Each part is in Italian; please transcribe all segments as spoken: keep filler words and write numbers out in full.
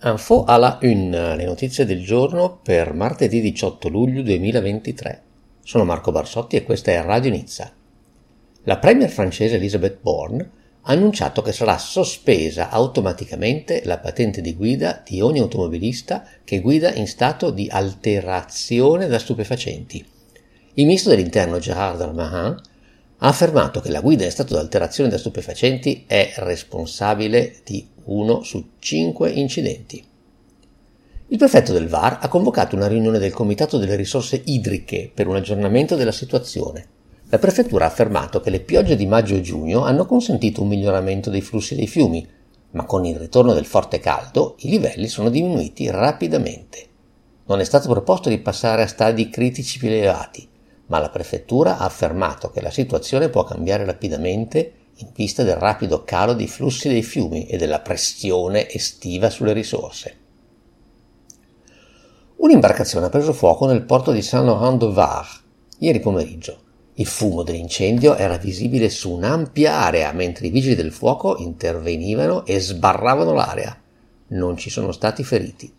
Info alla une, le notizie del giorno per martedì diciotto luglio duemilaventitré. Sono Marco Barsotti e questa è Radio Nizza. La premier francese Elisabeth Borne ha annunciato che sarà sospesa automaticamente la patente di guida di ogni automobilista che guida in stato di alterazione da stupefacenti. Il ministro dell'Interno Gérald Darmanin ha affermato che la guida in stato di alterazione da stupefacenti è responsabile di uno su cinque incidenti. Il prefetto del V A R ha convocato una riunione del Comitato delle risorse idriche per un aggiornamento della situazione. La prefettura ha affermato che le piogge di maggio e giugno hanno consentito un miglioramento dei flussi dei fiumi, ma con il ritorno del forte caldo i livelli sono diminuiti rapidamente. Non è stato proposto di passare a stadi critici più elevati, ma la prefettura ha affermato che la situazione può cambiare rapidamente in vista del rapido calo dei flussi dei fiumi e della pressione estiva sulle risorse. Un'imbarcazione ha preso fuoco nel porto di Saint-Laurent-de-Var ieri pomeriggio. Il fumo dell'incendio era visibile su un'ampia area mentre i vigili del fuoco intervenivano e sbarravano l'area. Non ci sono stati feriti.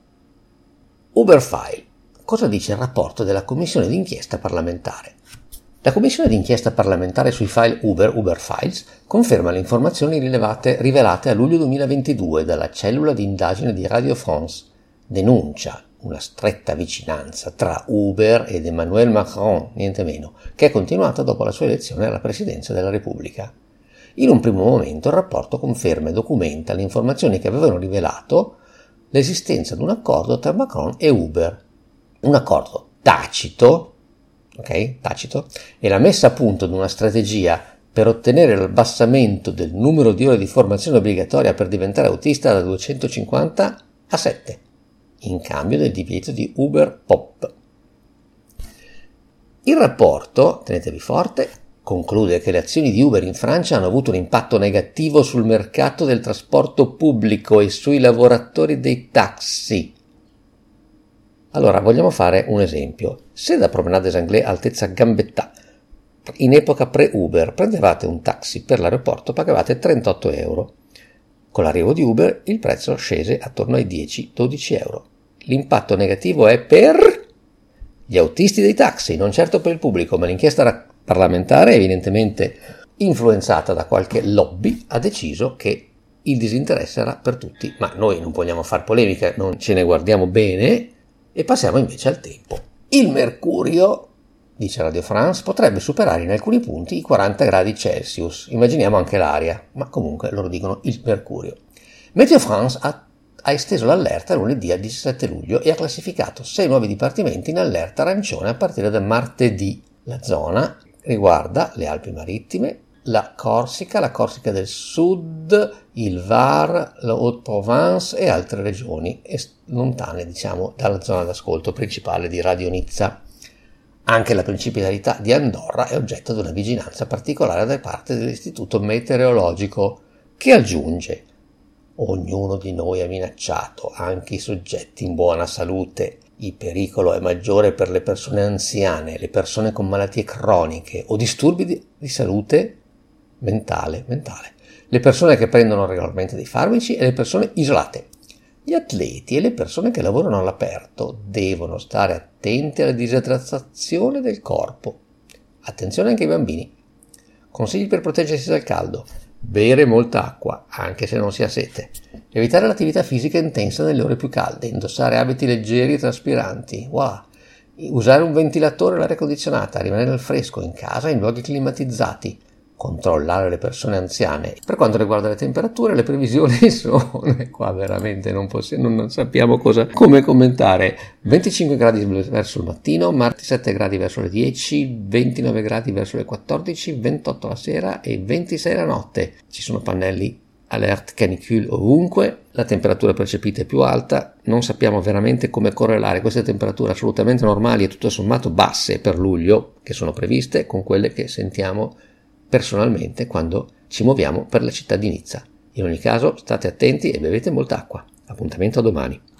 Uberfile. Cosa dice il rapporto della commissione d'inchiesta parlamentare? La commissione d'inchiesta parlamentare sui file Uber, Uber Files, conferma le informazioni rilevate, rivelate a luglio duemilaventidue dalla cellula di indagine di Radio France. Denuncia una stretta vicinanza tra Uber ed Emmanuel Macron, niente meno, che è continuata dopo la sua elezione alla presidenza della Repubblica. In un primo momento il rapporto conferma e documenta le informazioni che avevano rivelato l'esistenza di un accordo tra Macron e Uber. Un accordo tacito, ok, tacito, e la messa a punto di una strategia per ottenere l'abbassamento del numero di ore di formazione obbligatoria per diventare autista da duecentocinquanta a sette, in cambio del divieto di Uber Pop. Il rapporto, tenetevi forte, conclude che le azioni di Uber in Francia hanno avuto un impatto negativo sul mercato del trasporto pubblico e sui lavoratori dei taxi. Allora, vogliamo fare un esempio. Se da Promenade des Anglais altezza Gambetta, in epoca pre-Uber, prendevate un taxi per l'aeroporto, pagavate trentotto euro. Con l'arrivo di Uber il prezzo scese attorno ai dieci dodici euro. L'impatto negativo è per gli autisti dei taxi, non certo per il pubblico, ma l'inchiesta parlamentare, evidentemente influenzata da qualche lobby, ha deciso che il disinteresse era per tutti. Ma noi non vogliamo far polemica, non ce ne guardiamo bene, e passiamo invece al tempo. Il mercurio, dice Radio France, potrebbe superare in alcuni punti i quaranta gradi Celsius. Immaginiamo anche l'aria, ma comunque loro dicono il mercurio. Meteo France ha, ha esteso l'allerta lunedì al diciassette luglio e ha classificato sei nuovi dipartimenti in allerta arancione a partire da martedì. La zona riguarda le Alpi Marittime, la Corsica, la Corsica del Sud, il V A R, la Haute-Provence e altre regioni lontane, diciamo, dalla zona d'ascolto principale di Radio Nizza. Anche la Principalità di Andorra è oggetto di una vigilanza particolare da parte dell'Istituto Meteorologico, che aggiunge: ognuno di noi è minacciato, anche i soggetti in buona salute. Il pericolo è maggiore per le persone anziane, le persone con malattie croniche o disturbi di, di salute mentale, mentale, le persone che prendono regolarmente dei farmaci e le persone isolate. Gli atleti e le persone che lavorano all'aperto devono stare attenti alla disidratazione del corpo. Attenzione anche ai bambini. Consigli per proteggersi dal caldo: bere molta acqua, anche se non si ha sete. Evitare l'attività fisica intensa nelle ore più calde. Indossare abiti leggeri e traspiranti. Wow. Usare un ventilatore o l'aria condizionata. Rimanere al fresco in casa e in luoghi climatizzati. Controllare le persone anziane. Per quanto riguarda le temperature, le previsioni sono, qua veramente non possiamo, non sappiamo cosa, come commentare. venticinque gradi verso il mattino, ventisette gradi verso le dieci, ventinove gradi verso le quattordici, ventotto la sera e ventisei la notte. Ci sono pannelli alert canicule ovunque, la temperatura percepita è più alta, non sappiamo veramente come correlare queste temperature assolutamente normali e tutto sommato basse per luglio, che sono previste, con quelle che sentiamo personalmente quando ci muoviamo per la città di Nizza. In ogni caso, state attenti e bevete molta acqua. Appuntamento a domani.